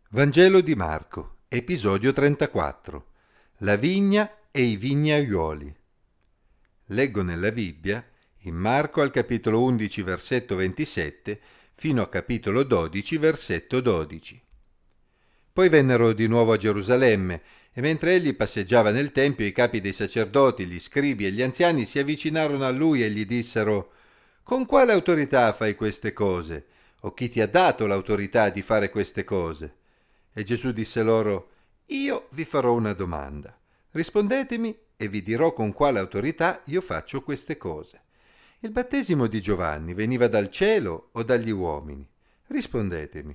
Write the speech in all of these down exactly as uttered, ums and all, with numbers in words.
Vangelo di Marco, episodio trentaquattro. La vigna e i vignaiuoli. Leggo nella Bibbia, in Marco al capitolo undici, versetto ventisette, fino a capitolo dodici, versetto dodici. Poi vennero di nuovo a Gerusalemme, e mentre egli passeggiava nel tempio, i capi dei sacerdoti, gli scribi e gli anziani si avvicinarono a lui e gli dissero: «Con quale autorità fai queste cose? O chi ti ha dato l'autorità di fare queste cose?» E Gesù disse loro: «Io vi farò una domanda. Rispondetemi e vi dirò con quale autorità io faccio queste cose. Il battesimo di Giovanni veniva dal cielo o dagli uomini? Rispondetemi».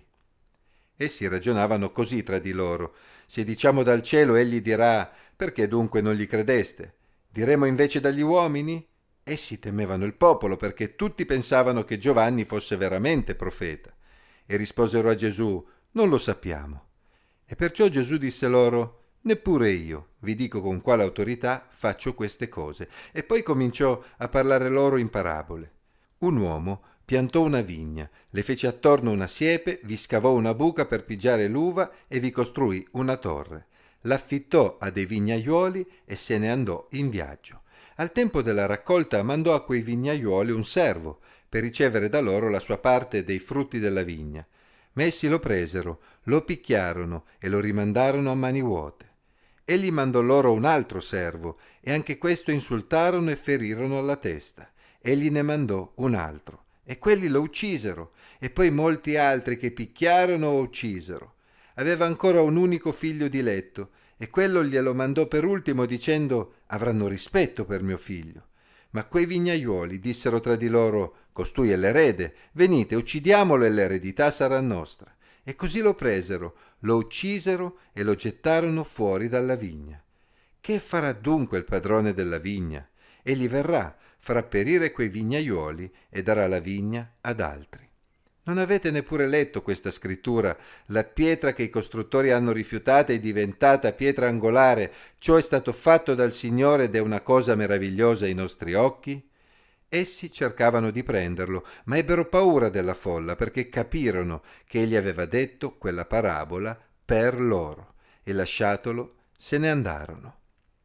Essi ragionavano così tra di loro: «Se diciamo dal cielo, egli dirà: perché dunque non gli credeste? Diremo invece dagli uomini?» Essi temevano il popolo, perché tutti pensavano che Giovanni fosse veramente profeta. E risposero a Gesù: «Non lo sappiamo». E perciò Gesù disse loro: «Neppure io vi dico con quale autorità faccio queste cose». E poi cominciò a parlare loro in parabole. Un uomo piantò una vigna, le fece attorno una siepe, vi scavò una buca per pigiare l'uva e vi costruì una torre. L'affittò a dei vignaiuoli e se ne andò in viaggio. Al tempo della raccolta mandò a quei vignaiuoli un servo per ricevere da loro la sua parte dei frutti della vigna. Ma essi lo presero, lo picchiarono e lo rimandarono a mani vuote. Egli mandò loro un altro servo, e anche questo insultarono e ferirono alla testa. Egli ne mandò un altro, e quelli lo uccisero, e poi molti altri che picchiarono o uccisero. Aveva ancora un unico figlio diletto, e quello glielo mandò per ultimo dicendo: «Avranno rispetto per mio figlio». Ma quei vignaiuoli dissero tra di loro: «Costui è l'erede, venite, uccidiamolo e l'eredità sarà nostra». E così lo presero, lo uccisero e lo gettarono fuori dalla vigna. Che farà dunque il padrone della vigna? Egli verrà, farà perire quei vignaiuoli e darà la vigna ad altri. Non avete neppure letto questa scrittura? La pietra che i costruttori hanno rifiutata è diventata pietra angolare. Ciò è stato fatto dal Signore ed è una cosa meravigliosa ai nostri occhi? Essi cercavano di prenderlo, ma ebbero paura della folla, perché capirono che egli aveva detto quella parabola per loro, e lasciatolo se ne andarono.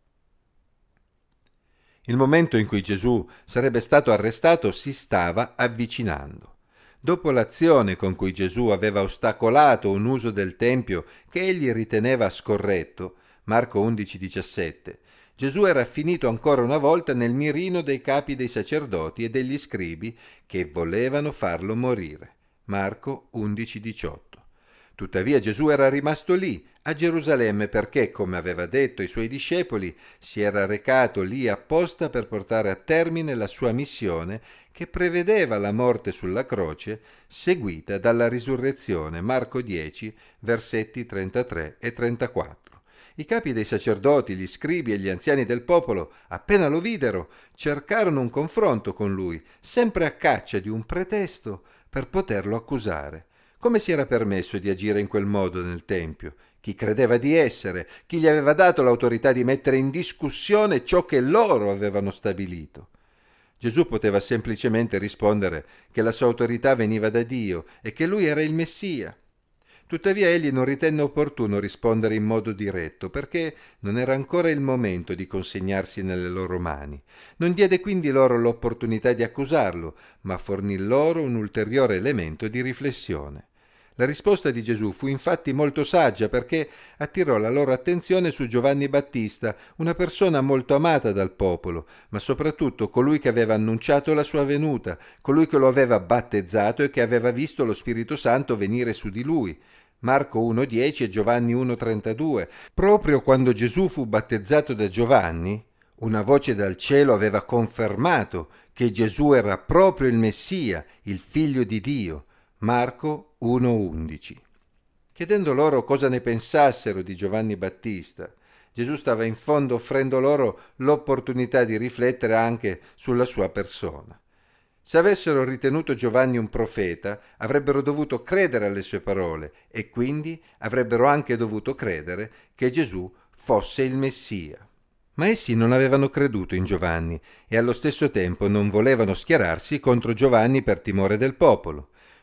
Il momento in cui Gesù sarebbe stato arrestato si stava avvicinando. Dopo l'azione con cui Gesù aveva ostacolato un uso del Tempio che egli riteneva scorretto, Marco undici diciassette, Gesù era finito ancora una volta nel mirino dei capi dei sacerdoti e degli scribi che volevano farlo morire, Marco undici diciotto. Tuttavia Gesù era rimasto lì, a Gerusalemme, perché, come aveva detto ai suoi discepoli, si era recato lì apposta per portare a termine la sua missione che prevedeva la morte sulla croce, seguita dalla risurrezione, Marco dieci, versetti trentatré e trentaquattro. I capi dei sacerdoti, gli scribi e gli anziani del popolo, appena lo videro, cercarono un confronto con lui, sempre a caccia di un pretesto per poterlo accusare. Come si era permesso di agire in quel modo nel Tempio? Chi credeva di essere? Chi gli aveva dato l'autorità di mettere in discussione ciò che loro avevano stabilito? Gesù poteva semplicemente rispondere che la sua autorità veniva da Dio e che lui era il Messia. Tuttavia egli non ritenne opportuno rispondere in modo diretto, perché non era ancora il momento di consegnarsi nelle loro mani. Non diede quindi loro l'opportunità di accusarlo, ma fornì loro un ulteriore elemento di riflessione. La risposta di Gesù fu infatti molto saggia, perché attirò la loro attenzione su Giovanni Battista, una persona molto amata dal popolo, ma soprattutto colui che aveva annunciato la sua venuta, colui che lo aveva battezzato e che aveva visto lo Spirito Santo venire su di lui. Marco uno dieci e Giovanni uno trentadue. Proprio quando Gesù fu battezzato da Giovanni, una voce dal cielo aveva confermato che Gesù era proprio il Messia, il Figlio di Dio. Marco uno undici. Chiedendo loro cosa ne pensassero di Giovanni Battista, Gesù stava in fondo offrendo loro l'opportunità di riflettere anche sulla sua persona. Se avessero ritenuto Giovanni un profeta, avrebbero dovuto credere alle sue parole e quindi avrebbero anche dovuto credere che Gesù fosse il Messia. Ma essi non avevano creduto in Giovanni e allo stesso tempo non volevano schierarsi contro Giovanni per timore del popolo.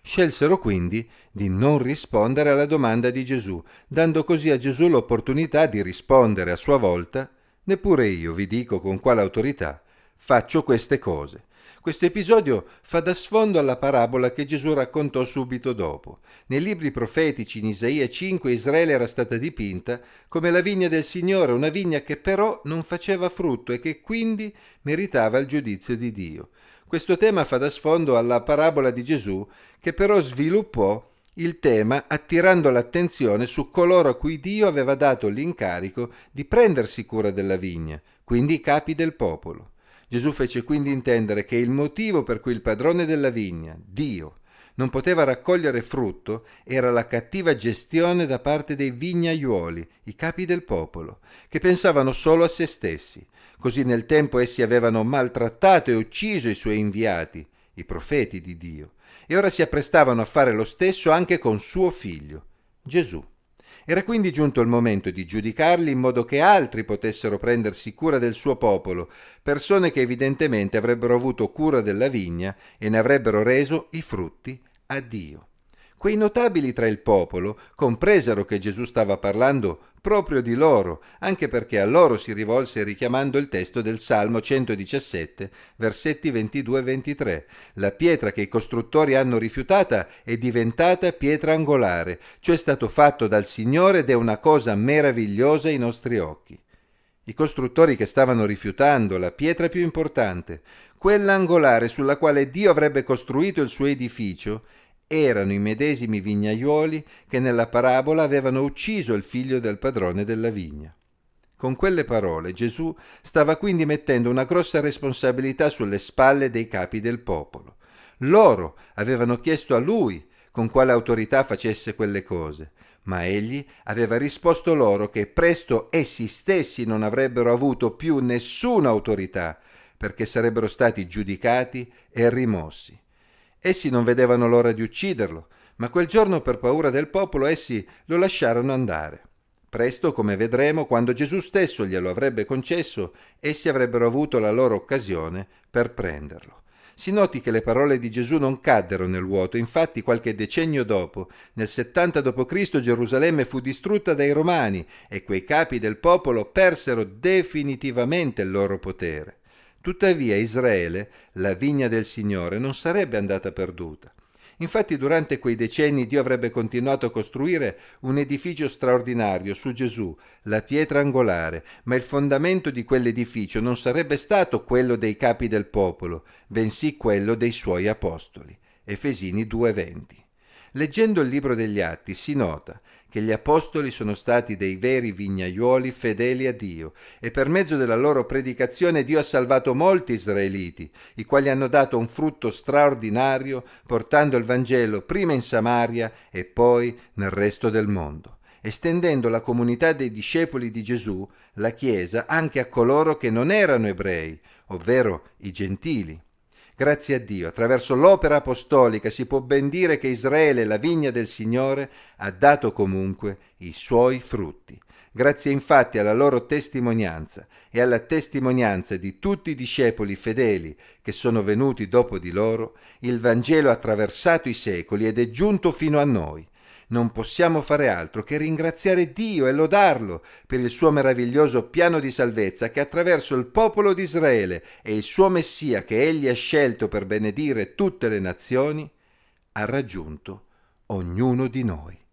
Scelsero quindi di non rispondere alla domanda di Gesù, dando così a Gesù l'opportunità di rispondere a sua volta: neppure io vi dico con quale autorità faccio queste cose. Questo episodio fa da sfondo alla parabola che Gesù raccontò subito dopo. Nei libri profetici, in Isaia cinque, Israele era stata dipinta come la vigna del Signore, una vigna che però non faceva frutto e che quindi meritava il giudizio di Dio. Questo tema fa da sfondo alla parabola di Gesù, che però sviluppò il tema attirando l'attenzione su coloro a cui Dio aveva dato l'incarico di prendersi cura della vigna, quindi i capi del popolo. Gesù fece quindi intendere che il motivo per cui il padrone della vigna, Dio, non poteva raccogliere frutto era la cattiva gestione da parte dei vignaiuoli, i capi del popolo, che pensavano solo a se stessi. Così nel tempo essi avevano maltrattato e ucciso i suoi inviati, i profeti di Dio, e ora si apprestavano a fare lo stesso anche con suo figlio, Gesù. Era quindi giunto il momento di giudicarli in modo che altri potessero prendersi cura del suo popolo, persone che evidentemente avrebbero avuto cura della vigna e ne avrebbero reso i frutti a Dio. Quei notabili tra il popolo compresero che Gesù stava parlando proprio di loro, anche perché a loro si rivolse richiamando il testo del Salmo centodiciassette, versetti ventidue e ventitré. La pietra che i costruttori hanno rifiutata è diventata pietra angolare, cioè è stato fatto dal Signore ed è una cosa meravigliosa ai nostri occhi. I costruttori che stavano rifiutando la pietra più importante, quella angolare sulla quale Dio avrebbe costruito il suo edificio, erano i medesimi vignaiuoli che nella parabola avevano ucciso il figlio del padrone della vigna. Con quelle parole Gesù stava quindi mettendo una grossa responsabilità sulle spalle dei capi del popolo. Loro avevano chiesto a lui con quale autorità facesse quelle cose, ma egli aveva risposto loro che presto essi stessi non avrebbero avuto più nessuna autorità, perché sarebbero stati giudicati e rimossi. Essi non vedevano l'ora di ucciderlo, ma quel giorno per paura del popolo essi lo lasciarono andare. Presto, come vedremo, quando Gesù stesso glielo avrebbe concesso, essi avrebbero avuto la loro occasione per prenderlo. Si noti che le parole di Gesù non caddero nel vuoto, infatti qualche decennio dopo, nel settanta dopo Cristo, Gerusalemme fu distrutta dai Romani e quei capi del popolo persero definitivamente il loro potere. Tuttavia Israele, la vigna del Signore, non sarebbe andata perduta. Infatti durante quei decenni Dio avrebbe continuato a costruire un edificio straordinario su Gesù, la pietra angolare, ma il fondamento di quell'edificio non sarebbe stato quello dei capi del popolo, bensì quello dei suoi apostoli. Efesini due venti. Leggendo il libro degli Atti si nota che gli apostoli sono stati dei veri vignaiuoli fedeli a Dio e per mezzo della loro predicazione Dio ha salvato molti israeliti, i quali hanno dato un frutto straordinario portando il Vangelo prima in Samaria e poi nel resto del mondo, estendendo la comunità dei discepoli di Gesù, la Chiesa, anche a coloro che non erano ebrei, ovvero i gentili. Grazie a Dio, attraverso l'opera apostolica si può ben dire che Israele, la vigna del Signore, ha dato comunque i suoi frutti. Grazie infatti alla loro testimonianza e alla testimonianza di tutti i discepoli fedeli che sono venuti dopo di loro, il Vangelo ha attraversato i secoli ed è giunto fino a noi. Non possiamo fare altro che ringraziare Dio e lodarlo per il suo meraviglioso piano di salvezza che attraverso il popolo di Israele e il suo Messia che egli ha scelto per benedire tutte le nazioni ha raggiunto ognuno di noi.